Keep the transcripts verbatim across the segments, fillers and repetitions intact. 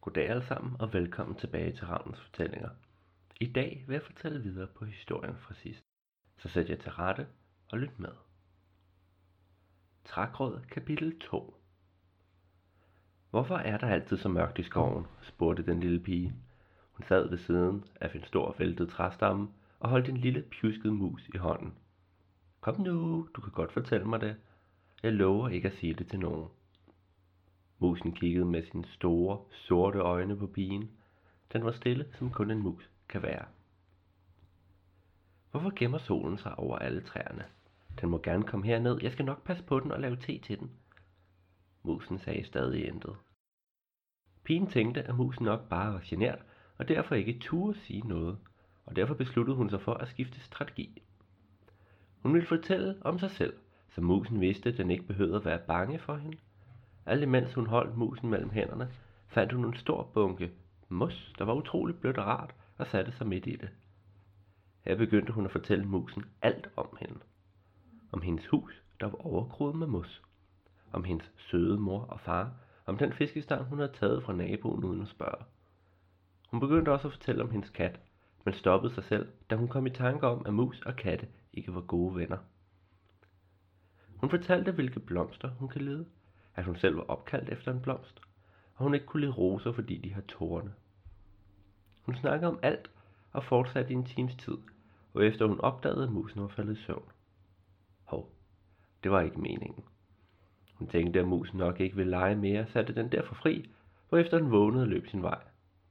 Goddag alle sammen og velkommen tilbage til Ravnens Fortællinger. I dag vil jeg fortælle videre på historien fra sidst. Så sæt jer til rette og lyt med. Trækråd kapitel to. Hvorfor er der altid så mørkt i skoven? Spurgte den lille pige. Hun sad ved siden af en stor væltet træstamme og holdt en lille pjusket mus i hånden. Kom nu, du kan godt fortælle mig det. Jeg lover ikke at sige det til nogen. Musen kiggede med sine store, sorte øjne på pigen. Den var stille, som kun en mus kan være. Hvorfor gemmer solen sig over alle træerne? Den må gerne komme herned. Jeg skal nok passe på den og lave te til den. Musen sagde stadig intet. Pigen tænkte, at musen nok bare var genert, og derfor ikke turde sige noget, og derfor besluttede hun sig for at skifte strategi. Hun ville fortælle om sig selv, så musen vidste, at den ikke behøvede at være bange for hende. Alt imens hun holdt musen mellem hænderne, fandt hun en stor bunke mos, der var utroligt blødt og rart, og satte sig midt i det. Her begyndte hun at fortælle musen alt om hende. Om hendes hus, der var overgroet med mos. Om hendes søde mor og far. Om den fiskestang, hun havde taget fra naboen uden at spørge. Hun begyndte også at fortælle om hendes kat, men stoppede sig selv, da hun kom i tanke om, at mus og katte ikke var gode venner. Hun fortalte, hvilke blomster hun kan lide, at hun selv var opkaldt efter en blomst, og hun ikke kunne lide roser, fordi de har torne. Hun snakkede om alt og fortsatte i en times tid, og efter hun opdagede, at musen var faldet i søvn. Hov, det var ikke meningen. Hun tænkte, at musen nok ikke ville lege mere, satte den derfor fri, hvorefter den vågnede og løb sin vej.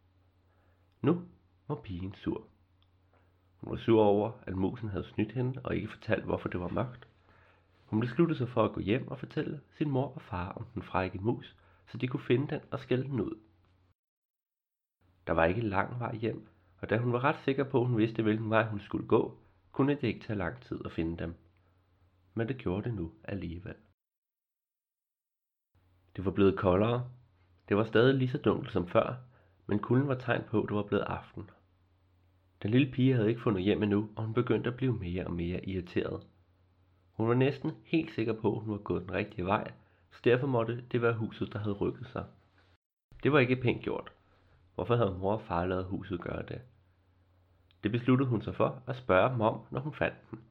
Nu var pigen sur. Hun var sur over, at musen havde snydt hende og ikke fortalt, hvorfor det var mørkt. Hun besluttede sig for at gå hjem og fortælle sin mor og far om den frække mus, så de kunne finde den og skælde den ud. Der var ikke lang vej hjem, og da hun var ret sikker på, at hun vidste, hvilken vej hun skulle gå, kunne det ikke tage lang tid at finde dem. Men det gjorde det nu alligevel. Det var blevet koldere. Det var stadig lige så dunkelt som før, men kulden var tegn på, at det var blevet aften. Den lille pige havde ikke fundet hjem endnu, og hun begyndte at blive mere og mere irriteret. Hun var næsten helt sikker på, at hun var gået den rigtige vej, så derfor måtte det være huset, der havde rykket sig. Det var ikke pænt gjort. Hvorfor havde mor og far ladet huset gøre det? Det besluttede hun sig for at spørge dem om, når hun fandt dem.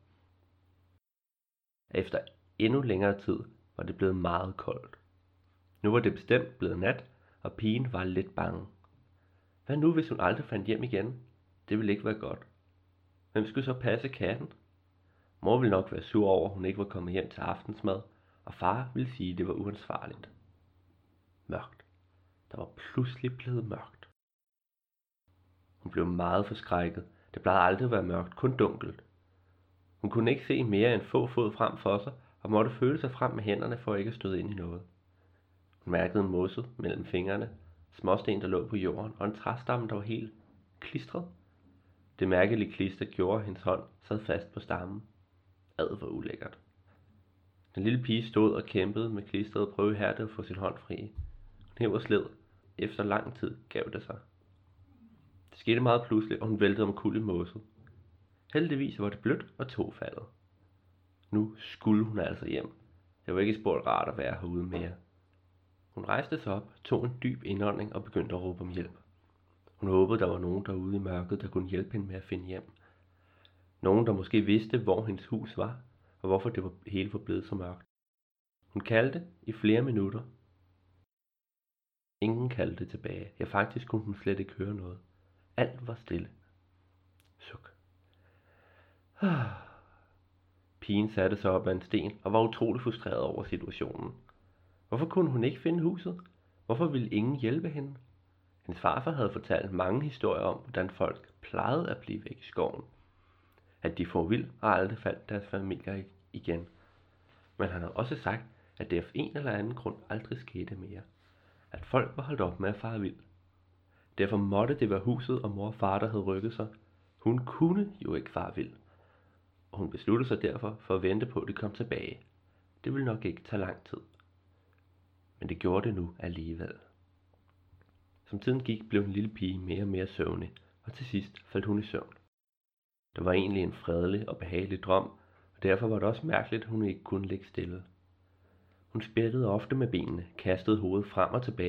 Efter endnu længere tid var det blevet meget koldt. Nu var det bestemt blevet nat, og pigen var lidt bange. Hvad nu, hvis hun aldrig fandt hjem igen? Det ville ikke være godt. Hvem skulle så passe katten? Mor ville nok være sur over, at hun ikke var kommet hjem til aftensmad, og far ville sige, at det var uansvarligt. Mørkt. Der var pludselig blevet mørkt. Hun blev meget forskrækket. Det plejede aldrig at være mørkt, kun dunkelt. Hun kunne ikke se mere end få fod frem for sig, og måtte føle sig frem med hænderne for ikke at støde ind i noget. Hun mærkede en mosse mellem fingrene, småsten, der lå på jorden, og en træstamme, der var helt klistret. Det mærkelige klister gjorde, at hendes hånd sad fast på stammen. Ad var ulækkert. Den lille pige stod og kæmpede med klistret og prøvede her at få sin hånd fri. Hun hæv og sled. Efter lang tid gav det sig. Det skete meget pludseligt, og hun væltede omkuld i mosset. Heldigvis var det blødt og tog faldet. Nu skulle hun altså hjem. Det var ikke spor rart at være herude mere. Hun rejste sig op, tog en dyb indånding og begyndte at råbe om hjælp. Hun håbede, der var nogen derude i mørket, der kunne hjælpe hende med at finde hjem. Nogen, der måske vidste, hvor hendes hus var, og hvorfor det var hele var blevet så mørkt. Hun kaldte i flere minutter. Ingen kaldte tilbage. Ja, faktisk kunne hun slet ikke høre noget. Alt var stille. Suk. Pigen satte sig op ad en sten og var utrolig frustreret over situationen. Hvorfor kunne hun ikke finde huset? Hvorfor ville ingen hjælpe hende? Hendes farfar havde fortalt mange historier om, hvordan folk plejede at blive væk i skoven. At de for vild og aldrig fandt deres familier igen. Men han havde også sagt, at det af en eller anden grund aldrig skete mere. At folk var holdt op med at fare vild. Derfor måtte det være huset og mor og far, der havde rykket sig. Hun kunne jo ikke fare vild. Og hun besluttede sig derfor for at vente på, at de kom tilbage. Det ville nok ikke tage lang tid. Men det gjorde det nu alligevel. Som tiden gik, blev den lille pige mere og mere søvnig, og til sidst faldt hun i søvn. Det var egentlig en fredelig og behagelig drøm, og derfor var det også mærkeligt, at hun ikke kunne ligge stille. Hun spættede ofte med benene, kastede hovedet frem og tilbage,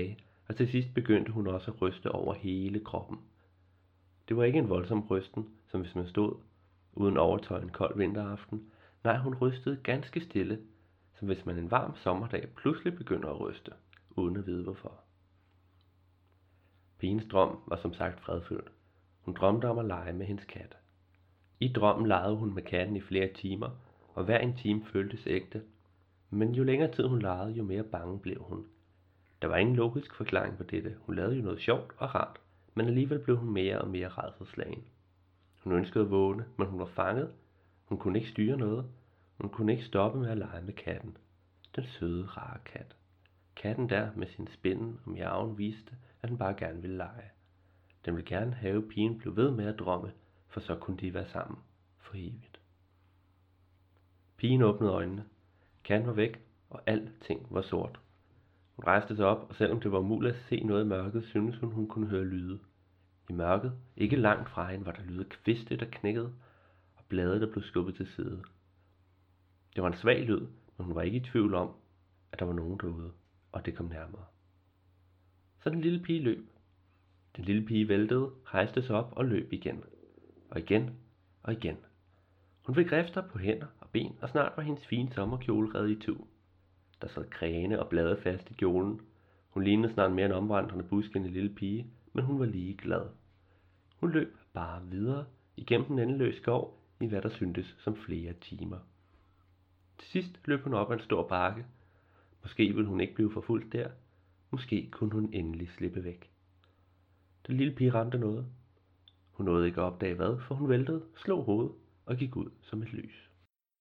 og til sidst begyndte hun også at ryste over hele kroppen. Det var ikke en voldsom rysten, som hvis man stod uden overtøj en kold vinteraften. Nej, hun rystede ganske stille, som hvis man en varm sommerdag pludselig begynder at ryste, uden at vide hvorfor. Pigens drøm var som sagt fredfyldt. Hun drømte om at lege med hendes kat. I drømmen legede hun med katten i flere timer, og hver en time føltes ægte. Men jo længere tid hun legede, jo mere bange blev hun. Der var ingen logisk forklaring på dette. Hun lavede jo noget sjovt og rart, men alligevel blev hun mere og mere rædselsslagen. Hun ønskede at vågne, men hun var fanget. Hun kunne ikke styre noget. Hun kunne ikke stoppe med at lege med katten. Den søde, rare kat. Katten der med sin spinden og miauen viste, at den bare gerne ville lege. Den ville gerne have, at pigen blev ved med at drømme, for så kunne de være sammen for evigt. Pigen åbnede øjnene. Katten var væk, og alting var sort. Hun rejste sig op, og selvom det var umuligt at se noget i mørket, syntes hun, hun kunne høre lyde. I mørket, ikke langt fra hende, var der lyde af kviste, der knækkede, og blade, der blev skubbet til side. Det var en svag lyd, men hun var ikke i tvivl om, at der var nogen derude, og det kom nærmere. Så den lille pige løb. Den lille pige væltede, rejste sig op og løb igen. Og igen, og igen. Hun fik rifter på hænder og ben, og snart var hendes fine sommerkjole revet i tu. Der sad grene og blade fast i kjolen. Hun lignede snart mere en omvandrende busk end en lille pige, men hun var lige glad. Hun løb bare videre igennem den endeløse skov i hvad der syntes som flere timer. Til sidst løb hun op ad en stor bakke. Måske ville hun ikke blive forfulgt der. Måske kunne hun endelig slippe væk. Den lille pige ramte noget. Hun nåede ikke at opdage hvad, for hun væltede, slog hovedet og gik ud som et lys.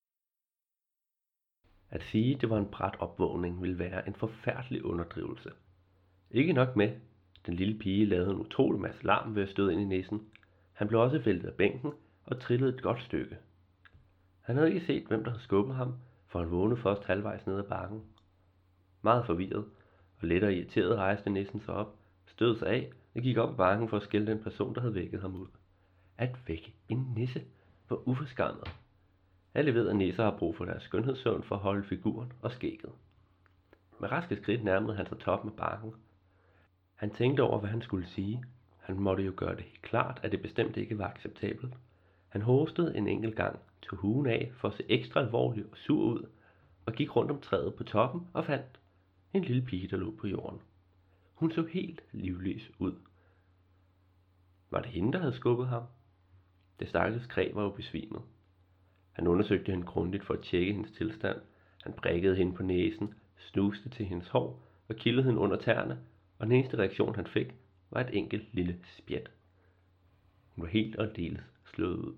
At sige, det var en brat opvågning, ville være en forfærdelig underdrivelse. Ikke nok med, den lille pige lavede en utrolig masse larm ved at støde ind i nissen. Han blev også væltet af bænken og trillede et godt stykke. Han havde ikke set, hvem der havde skubbet ham, for han vågnede først halvvejs ned ad bakken. Meget forvirret og let og irriteret rejste nissen sig op, stød sig af og gik op ad bakken for at skælde den person, der havde vækket ham ud. At vække en nisse var uforskammet. Alle ved, at nisser har brug for deres skønhedssøvn for at holde figuren og skægget. Med raske skridt nærmede han sig toppen af bakken. Han tænkte over, hvad han skulle sige. Han måtte jo gøre det helt klart, at det bestemt ikke var acceptabelt. Han hostede en enkelt gang, tog huen af for at se ekstra alvorlig og sur ud, og gik rundt om træet på toppen og fandt en lille pige, der lå på jorden. Hun så helt livløs ud. Var det hende, der havde skubbet ham? Det stakkels kræ var jo besvimet. Han undersøgte hende grundigt for at tjekke hendes tilstand. Han prikkede hende på næsen, snuste til hendes hår og kildede hende under tæerne, og den eneste reaktion han fik, var et enkelt lille spjæt. Hun var helt og aldeles slået ud.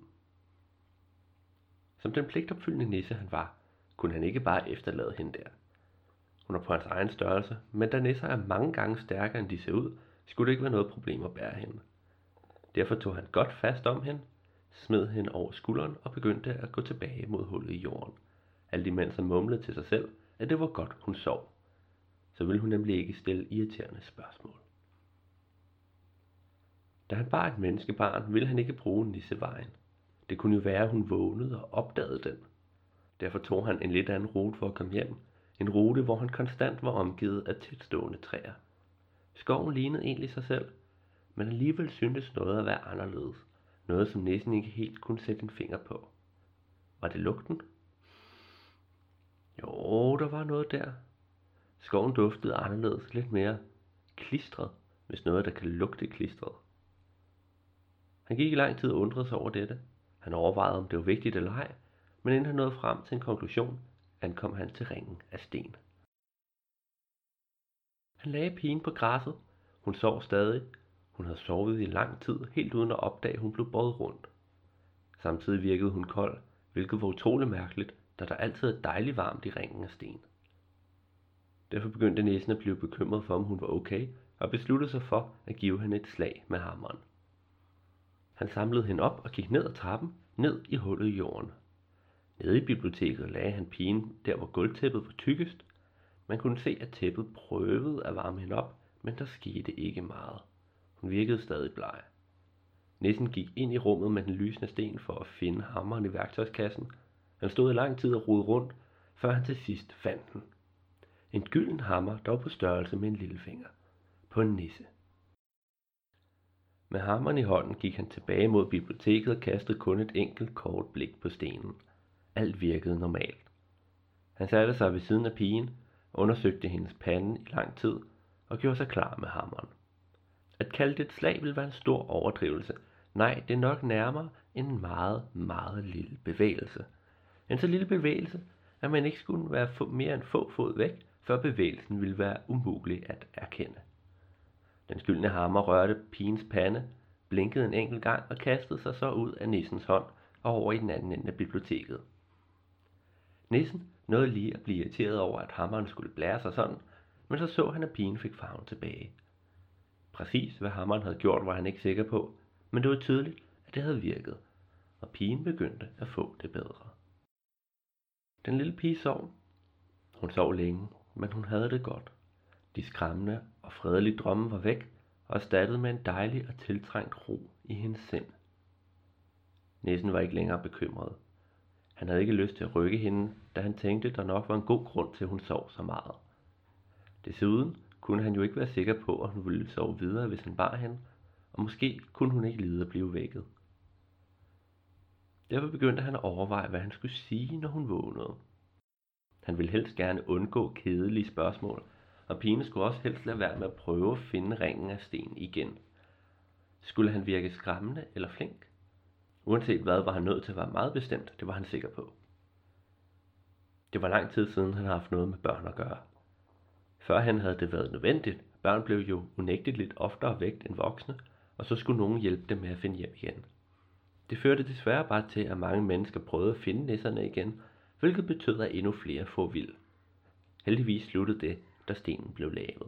Som den pligtopfyldende nisse han var, kunne han ikke bare efterlade hende der. Hun er på hans egen størrelse, men da nisser er mange gange stærkere end de ser ud, skulle det ikke være noget problem at bære hende. Derfor tog han godt fast om hende, smed hende over skulderen og begyndte at gå tilbage mod hullet i jorden. Alt imens han mumlede til sig selv, at det var godt hun sov. Så ville hun nemlig ikke stille irriterende spørgsmål. Da han bar et menneskebarn, ville han ikke bruge nissevejen. Det kunne jo være, at hun vågnede og opdagede den. Derfor tog han en lidt anden rute for at komme hjem. En rute, hvor han konstant var omgivet af tætstående træer. Skoven lignede egentlig sig selv, men alligevel syntes noget at være anderledes. Noget, som nissen ikke helt kunne sætte en finger på. Var det lugten? Jo, der var noget der. Skoven duftede anderledes, lidt mere klistret, hvis noget, der kan lugte klistret. Han gik i lang tid og undrede sig over dette. Han overvejede, om det var vigtigt eller ej, men inden han nåede frem til en konklusion, ankom han til ringen af sten. Han lagde pigen på græsset. Hun sov stadig. Hun havde sovet i lang tid, helt uden at opdage, at hun blev båret rundt. Samtidig virkede hun kold, hvilket var utrolig mærkeligt, da der altid er dejligt varmt i ringen af sten. Derfor begyndte nissen at blive bekymret for, om hun var okay, og besluttede sig for at give hende et slag med hammeren. Han samlede hende op og gik ned ad trappen, ned i hullet i jorden. Nede i biblioteket lagde han pigen der, hvor gulvtæppet var tykkest. Man kunne se, at tæppet prøvede at varme hende op, men der skete ikke meget. Hun virkede stadig bleg. Nissen gik ind i rummet med den lysende sten for at finde hammeren i værktøjskassen. Han stod i lang tid og rodede rundt, før han til sidst fandt den. En gylden hammer, der var på størrelse med en lillefinger. på en nisse. Med hammeren i hånden gik han tilbage mod biblioteket og kastede kun et enkelt kort blik på stenen. Alt virkede normalt. Han satte sig ved siden af pigen, undersøgte hendes pande i lang tid og gjorde sig klar med hammeren. At kalde det et slag ville være en stor overdrivelse. Nej, det er nok nærmere en meget, meget lille bevægelse. En så lille bevægelse, at man ikke skulle være mere end få fod væk, før bevægelsen ville være umulig at erkende. Den skyldne hammer rørte pigens pande, blinkede en enkelt gang og kastede sig så ud af nissens hånd og over i den anden ende af biblioteket. Nissen nåede lige at blive irriteret over, at hammeren skulle blære sig sådan, men så så han, at pigen fik farven tilbage. Præcis hvad hammeren havde gjort, var han ikke sikker på, men det var tydeligt, at det havde virket, og pigen begyndte at få det bedre. Den lille pige sov. Hun sov længe, men hun havde det godt. De skræmmende og fredelige drømme var væk og erstattet med en dejlig og tiltrængt ro i hendes sind. Nissen var ikke længere bekymret. Han havde ikke lyst til at rykke hende, da han tænkte, der nok var en god grund til, at hun sov så meget. Desuden kunne han jo ikke være sikker på, at hun ville sove videre, hvis han bar hende, og måske kunne hun ikke lide at blive vækket. Derfor begyndte han at overveje, hvad han skulle sige, når hun vågnede. Han ville helst gerne undgå kedelige spørgsmål, og pigen skulle også helst lade være med at prøve at finde ringen af sten igen. Skulle han virke skræmmende eller flink? Uanset hvad, var han nødt til at være meget bestemt, det var han sikker på. Det var lang tid siden, han havde haft noget med børn at gøre. Førhen havde det været nødvendigt. Børn blev jo unægteligt lidt oftere væk end voksne, og så skulle nogen hjælpe dem med at finde hjem igen. Det førte desværre bare til, at mange mennesker prøvede at finde nisserne igen, hvilket betød, at endnu flere få vild. Heldigvis sluttede det, da stenen blev lavet.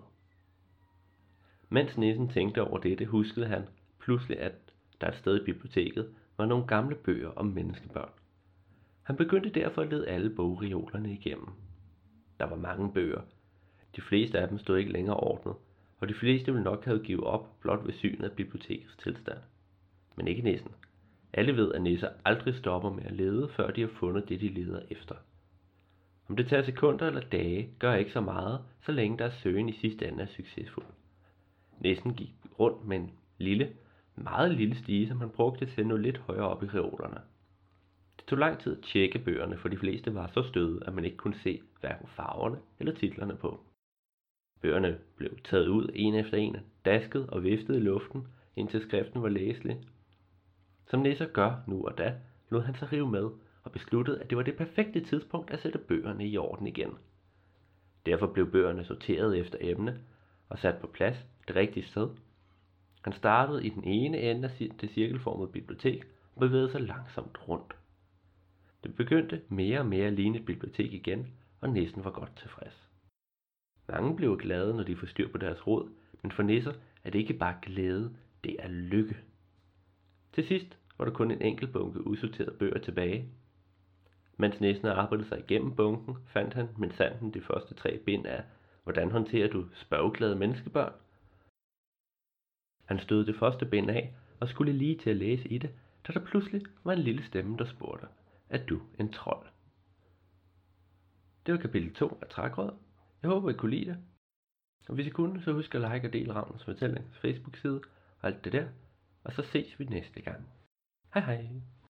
Mens nissen tænkte over dette, huskede han pludselig, at der et sted i biblioteket var nogle gamle bøger om menneskebørn. Han begyndte derfor at lede alle bogreolerne igennem. Der var mange bøger. De fleste af dem stod ikke længere ordnet, og de fleste ville nok have givet op blot ved synet af bibliotekets tilstand. Men ikke nissen. Alle ved, at nisser aldrig stopper med at lede, før de har fundet det, de leder efter. Om det tager sekunder eller dage, gør ikke så meget, så længe deres søgen i sidste ende er succesfuld. Nissen gik rundt med en lille, meget lille stige, som han brugte til at nå lidt højere op i reolerne. Det tog lang tid at tjekke bøgerne, for de fleste var så støde, at man ikke kunne se hverken farverne eller titlerne på. Bøgerne blev taget ud en efter en, dasket og viftet i luften, indtil skriften var læselig. Som nisser gør nu og da, lod han sig rive med og besluttede, at det var det perfekte tidspunkt at sætte bøgerne i orden igen. Derfor blev bøgerne sorteret efter emne og sat på plads det rigtige sted. Han startede i den ene ende af det cirkelformede bibliotek og bevægede sig langsomt rundt. Det begyndte mere og mere at ligne et bibliotek igen, og nissen var godt tilfreds. Mange blev glade, når de får styr på deres rod, men for nisser er det ikke bare glæde, det er lykke. Til sidst var der kun en enkelt bunke usorterede bøger tilbage. Mens nissen arbejdede sig igennem bunken, fandt han minsandten de første tre bind af Hvordan håndterer du spørgeglade menneskebørn? Han stødte det første bind af og skulle lige til at læse i det, da der pludselig var en lille stemme, der spurgte: Er du en trold? Det var kapitel to af Trækråd. Jeg håber, I kunne lide det. Og hvis I kunne, så husk at like og dele Ravnens Fortællings Facebook-side og alt det der. Og så ses vi næste gang. Hej hej!